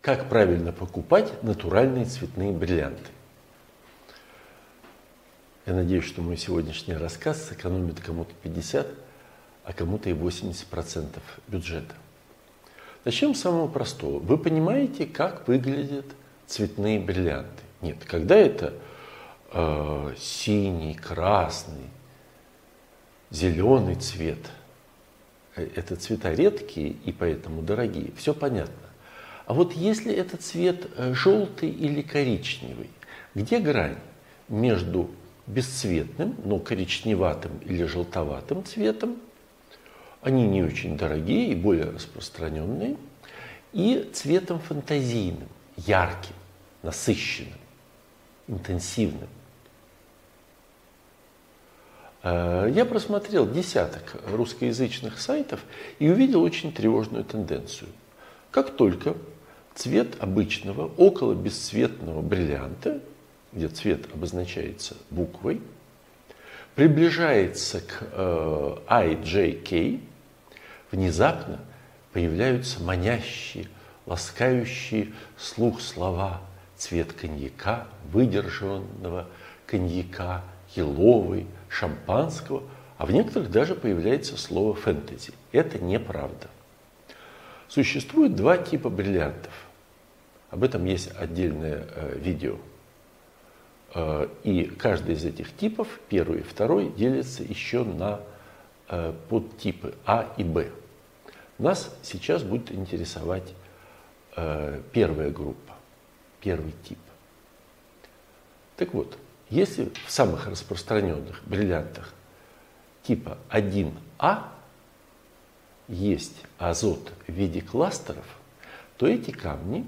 Как правильно покупать натуральные цветные бриллианты? Я надеюсь, что мой сегодняшний рассказ сэкономит кому-то 50, а кому-то и 80% бюджета. Начнем с самого простого. Вы понимаете, как выглядят цветные бриллианты? Нет, когда это синий, красный, зеленый цвет, это цвета редкие и поэтому дорогие, все понятно. А вот если это цвет желтый или коричневый, где грань между бесцветным, но коричневатым или желтоватым цветом, они не очень дорогие и более распространенные, и цветом фантазийным, ярким, насыщенным, интенсивным. Я просмотрел десяток русскоязычных сайтов и увидел очень тревожную тенденцию. Как только цвет обычного, около бесцветного бриллианта, где цвет обозначается буквой, приближается к IJK, внезапно появляются манящие, ласкающие слух слова: цвет коньяка, выдержанного коньяка, еловый, шампанского, а в некоторых даже появляется слово фэнтези. Это неправда. Существует два типа бриллиантов. Об этом есть отдельное видео. И каждый из этих типов, первый и второй, делится еще на подтипы А и Б. Нас сейчас будет интересовать первая группа, первый тип. Так вот, если в самых распространенных бриллиантах типа 1А есть азот в виде кластеров, то эти камни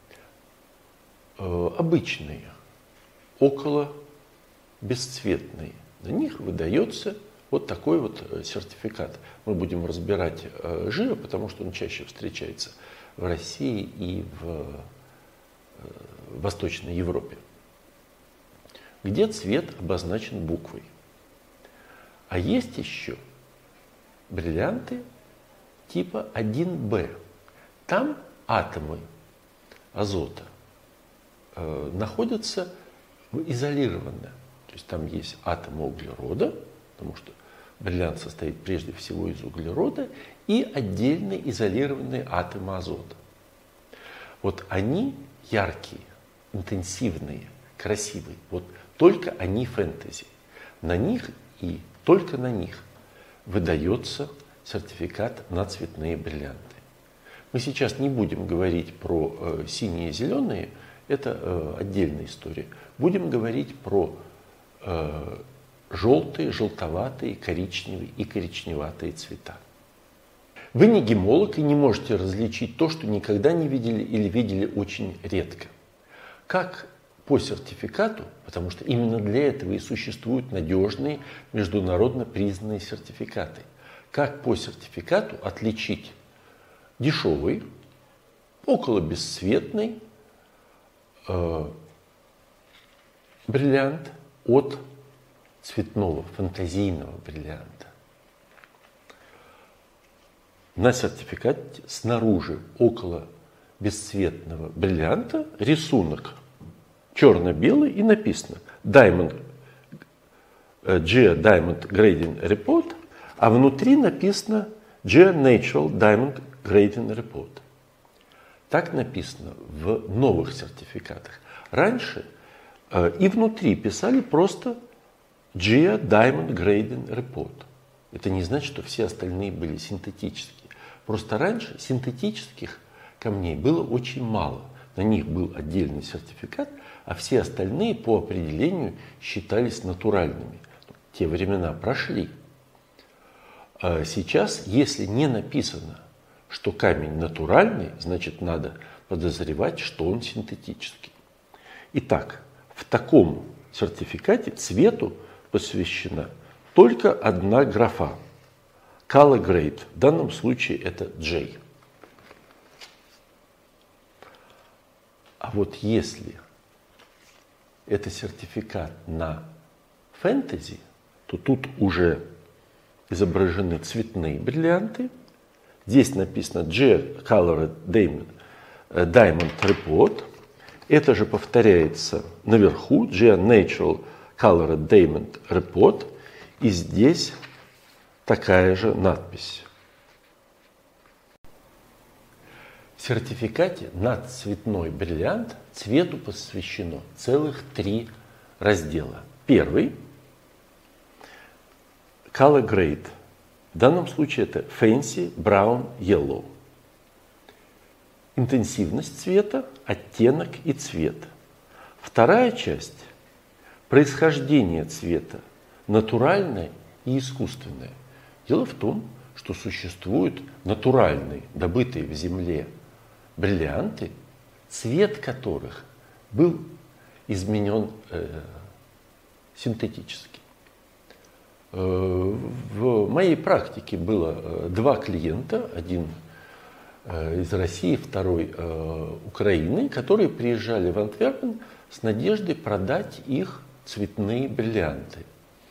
обычные, около бесцветные. На них выдается вот такой вот сертификат. Мы будем разбирать жир, потому что он чаще встречается в России и в Восточной Европе, где цвет обозначен буквой. А есть еще бриллианты типа 1Б. Там атомы азота находятся изолированно. То есть там есть атомы углерода, потому что бриллиант состоит прежде всего из углерода, и отдельные изолированные атомы азота. Вот они яркие, интенсивные, красивые. Вот только они фэнтези. На них и только на них выдается сертификат на цветные бриллианты. Мы сейчас не будем говорить про синие и зеленые, это отдельная история. Будем говорить про желтые, желтоватые, коричневые и коричневатые цвета. Вы не гемолог и не можете различить то, что никогда не видели или видели очень редко. Как по сертификату, потому что именно для этого и существуют надежные международно признанные сертификаты, как по сертификату отличить дешевый, около бесцветный бриллиант от цветного, фантазийного бриллианта. На сертификате снаружи около бесцветного бриллианта рисунок черно-белый и написано Diamond, GEA Diamond Grading Report, а внутри написано GEA Natural Diamond Grading Report. Так написано в новых сертификатах. Раньше и внутри писали просто GEA Diamond Grading Report. Это не значит, что все остальные были синтетические. Просто раньше синтетических камней было очень мало. На них был отдельный сертификат, а все остальные по определению считались натуральными. Те времена прошли. Сейчас, если не написано, что камень натуральный, значит, надо подозревать, что он синтетический. Итак, в таком сертификате цвету посвящена только одна графа – Color Grade. В данном случае это J. А вот если это сертификат на фэнтези, то тут уже изображены цветные бриллианты. Здесь написано J Color Diamond Diamond Report. Это же повторяется наверху, GR Natural Colored Diamond Report. И здесь такая же надпись. В сертификате на цветной бриллиант цвету посвящено целых 3 раздела. Первый – Color Grade. В данном случае это Fancy Brown Yellow. Интенсивность цвета, оттенок и цвет. Вторая часть – происхождение цвета, натуральное и искусственное. Дело в том, что существуют натуральные, добытые в земле бриллианты, цвет которых был изменен синтетически. В моей практике было 2 клиента, один из России, второй Украины, которые приезжали в Антверпен с надеждой продать их цветные бриллианты,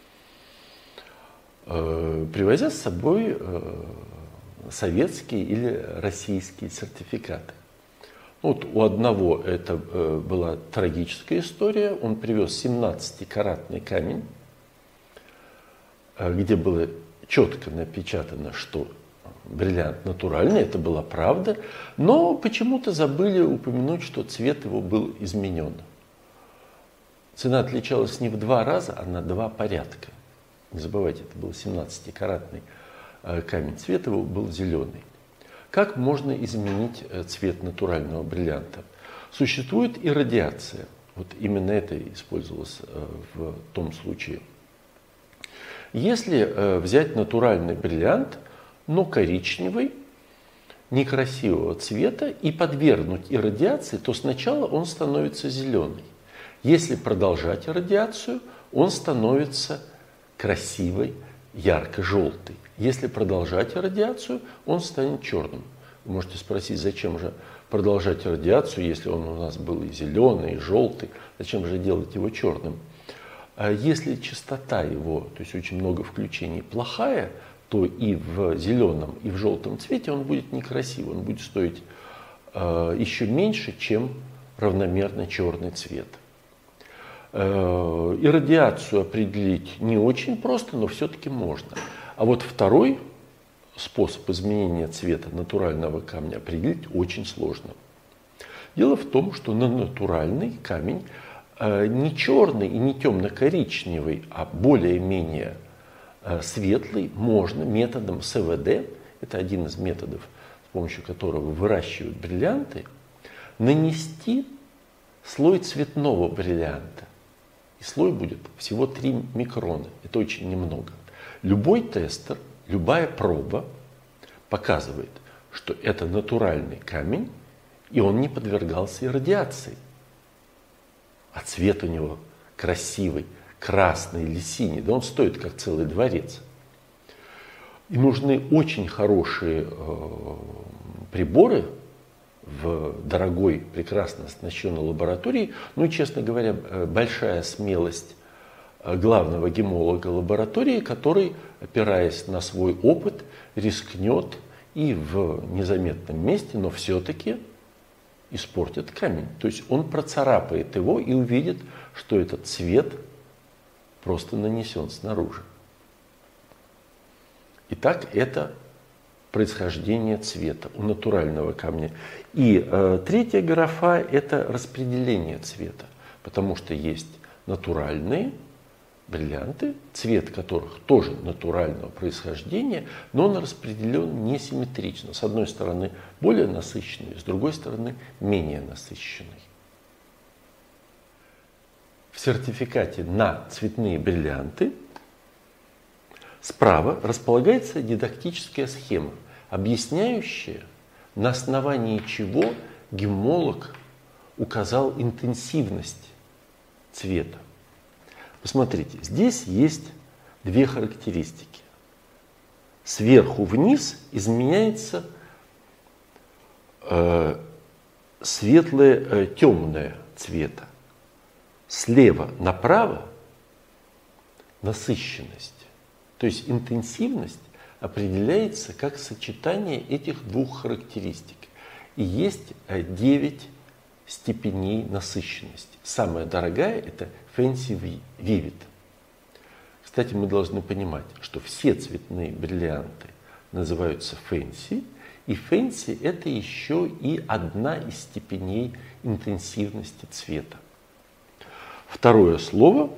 привозя с собой советские или российские сертификаты. Вот у одного это была трагическая история. Он привез 17-каратный камень, где было четко напечатано, что бриллиант натуральный, это была правда, но почему-то забыли упомянуть, что цвет его был изменен. Цена отличалась не в 2 раза, а на 2 порядка. Не забывайте, это был 17-каратный камень, цвет его был зеленый. Как можно изменить цвет натурального бриллианта? Существует иррадиация. Вот именно это использовалось в том случае. Если взять натуральный бриллиант, но коричневый, некрасивого цвета, и подвергнуть иррадиации, то сначала он становится зеленый. Если продолжать иррадиацию, он становится красивый, ярко-желтый. Если продолжать радиацию, он станет черным. Вы можете спросить, зачем же продолжать радиацию, если он у нас был и зеленый, и желтый, зачем же делать его черным? Если частота его, то есть очень много включений, плохая, то и в зеленом, и в желтом цвете он будет некрасивый, он будет стоить еще меньше, чем равномерно черный цвет. Иррадиацию определить не очень просто, но все-таки можно. А вот второй способ изменения цвета натурального камня определить очень сложно. Дело в том, что на натуральный камень не черный и не темно-коричневый, а более-менее светлый можно методом СВД, это один из методов, с помощью которого выращивают бриллианты, нанести слой цветного бриллианта. И слой будет всего 3 микрона. Это очень немного. Любой тестер, любая проба показывает, что это натуральный камень, и он не подвергался иррадиации. А цвет у него красивый, красный или синий. Да он стоит как целый дворец. И нужны очень хорошие приборы в дорогой, прекрасно оснащенной лаборатории. Ну и, честно говоря, большая смелость главного гемолога лаборатории, который, опираясь на свой опыт, рискнет и в незаметном месте, но все-таки испортит камень. То есть он процарапает его и увидит, что этот цвет просто нанесен снаружи. Итак, это происхождение цвета у натурального камня. И третья графа – это распределение цвета, потому что есть натуральные бриллианты, цвет которых тоже натурального происхождения, но он распределен несимметрично. С одной стороны более насыщенный, с другой стороны менее насыщенный. В сертификате на цветные бриллианты справа располагается дидактическая схема, объясняющая, на основании чего гемолог указал интенсивность цвета. Посмотрите, здесь есть 2 характеристики. Сверху вниз изменяется светлое, темное цвета. Слева направо насыщенность. То есть интенсивность определяется как сочетание этих 2 характеристик. И есть 9 степеней насыщенности. Самая дорогая – это Fancy Vivid. Кстати, мы должны понимать, что все цветные бриллианты называются Fancy, и Fancy – это еще и одна из степеней интенсивности цвета. Второе слово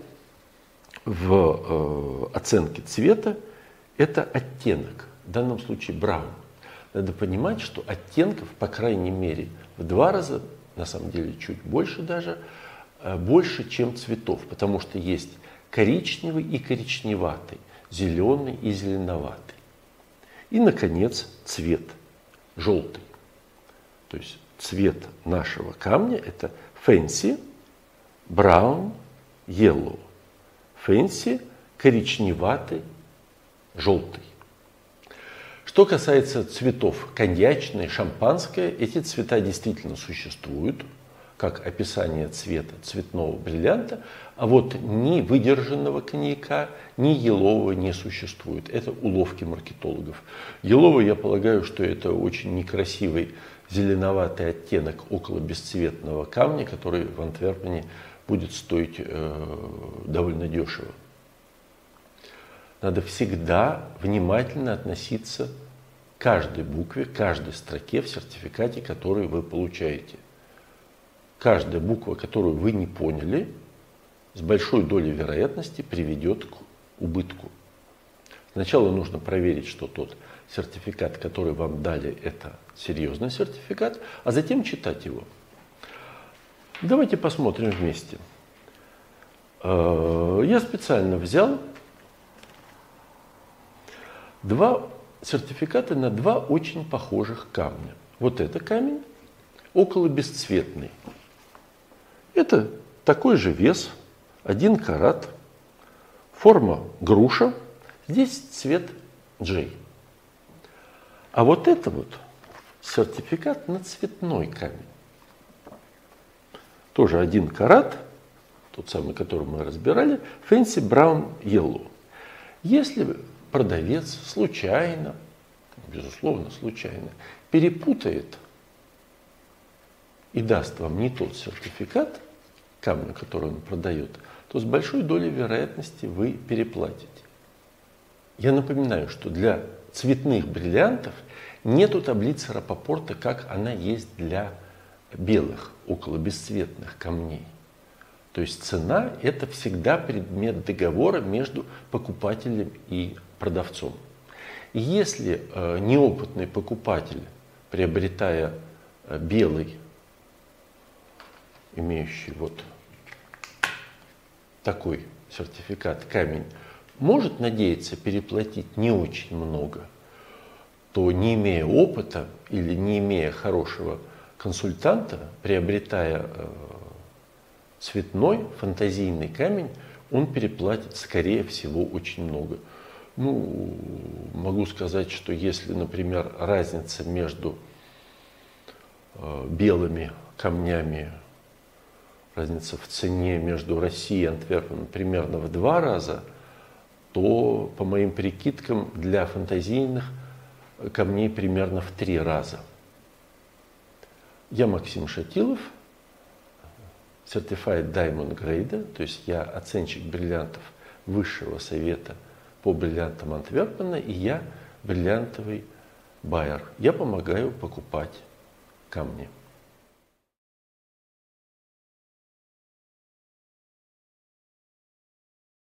в оценке цвета – это оттенок, в данном случае браун. Надо понимать, что оттенков, по крайней мере, в 2 раза, на самом деле чуть больше даже, больше, чем цветов, потому что есть коричневый и коричневатый, зеленый и зеленоватый. И, наконец, цвет желтый. То есть цвет нашего камня – это Fancy, Brown, Yellow. Fancy, коричневатый, желтый. Что касается цветов коньячное, шампанское, эти цвета действительно существуют, как описание цвета цветного бриллианта, а вот ни выдержанного коньяка, ни елового не существует. Это уловки маркетологов. Еловый, я полагаю, что это очень некрасивый зеленоватый оттенок около бесцветного камня, который в Антверпене будет стоить довольно дешево. Надо всегда внимательно относиться к каждой букве, к каждой строке в сертификате, который вы получаете. Каждая буква, которую вы не поняли, с большой долей вероятности приведет к убытку. Сначала нужно проверить, что тот сертификат, который вам дали, это серьезный сертификат, а затем читать его. Давайте посмотрим вместе. Я специально взял 2 сертификата на 2 очень похожих камня. Вот это камень, около бесцветный. Это такой же вес, 1 карат, форма груша, здесь цвет J. А вот это вот сертификат на цветной камень. Тоже 1 карат, тот самый, который мы разбирали, Fancy Brown Yellow. Если продавец случайно, безусловно случайно, перепутает и даст вам не тот сертификат камня, который он продает, то с большой долей вероятности вы переплатите. Я напоминаю, что для цветных бриллиантов нету таблицы Рапопорта, как она есть для белых, около бесцветных камней. То есть цена – это всегда предмет договора между покупателем и продавцом. И если неопытный покупатель, приобретая белый, имеющий вот такой сертификат камень, может надеяться переплатить не очень много, то не имея опыта или не имея хорошего консультанта, приобретая цветной фантазийный камень, он переплатит, скорее всего, очень много. Ну, могу сказать, что если, например, разница между белыми камнями, разница в цене между Россией и Антверпеном примерно в 2 раза, то, по моим прикидкам, для фантазийных камней примерно в 3 раза. Я Максим Шатилов, Certified Diamond Grade, то есть я оценщик бриллиантов Высшего совета по бриллиантам Антверпена, и я бриллиантовый байер. Я помогаю покупать камни.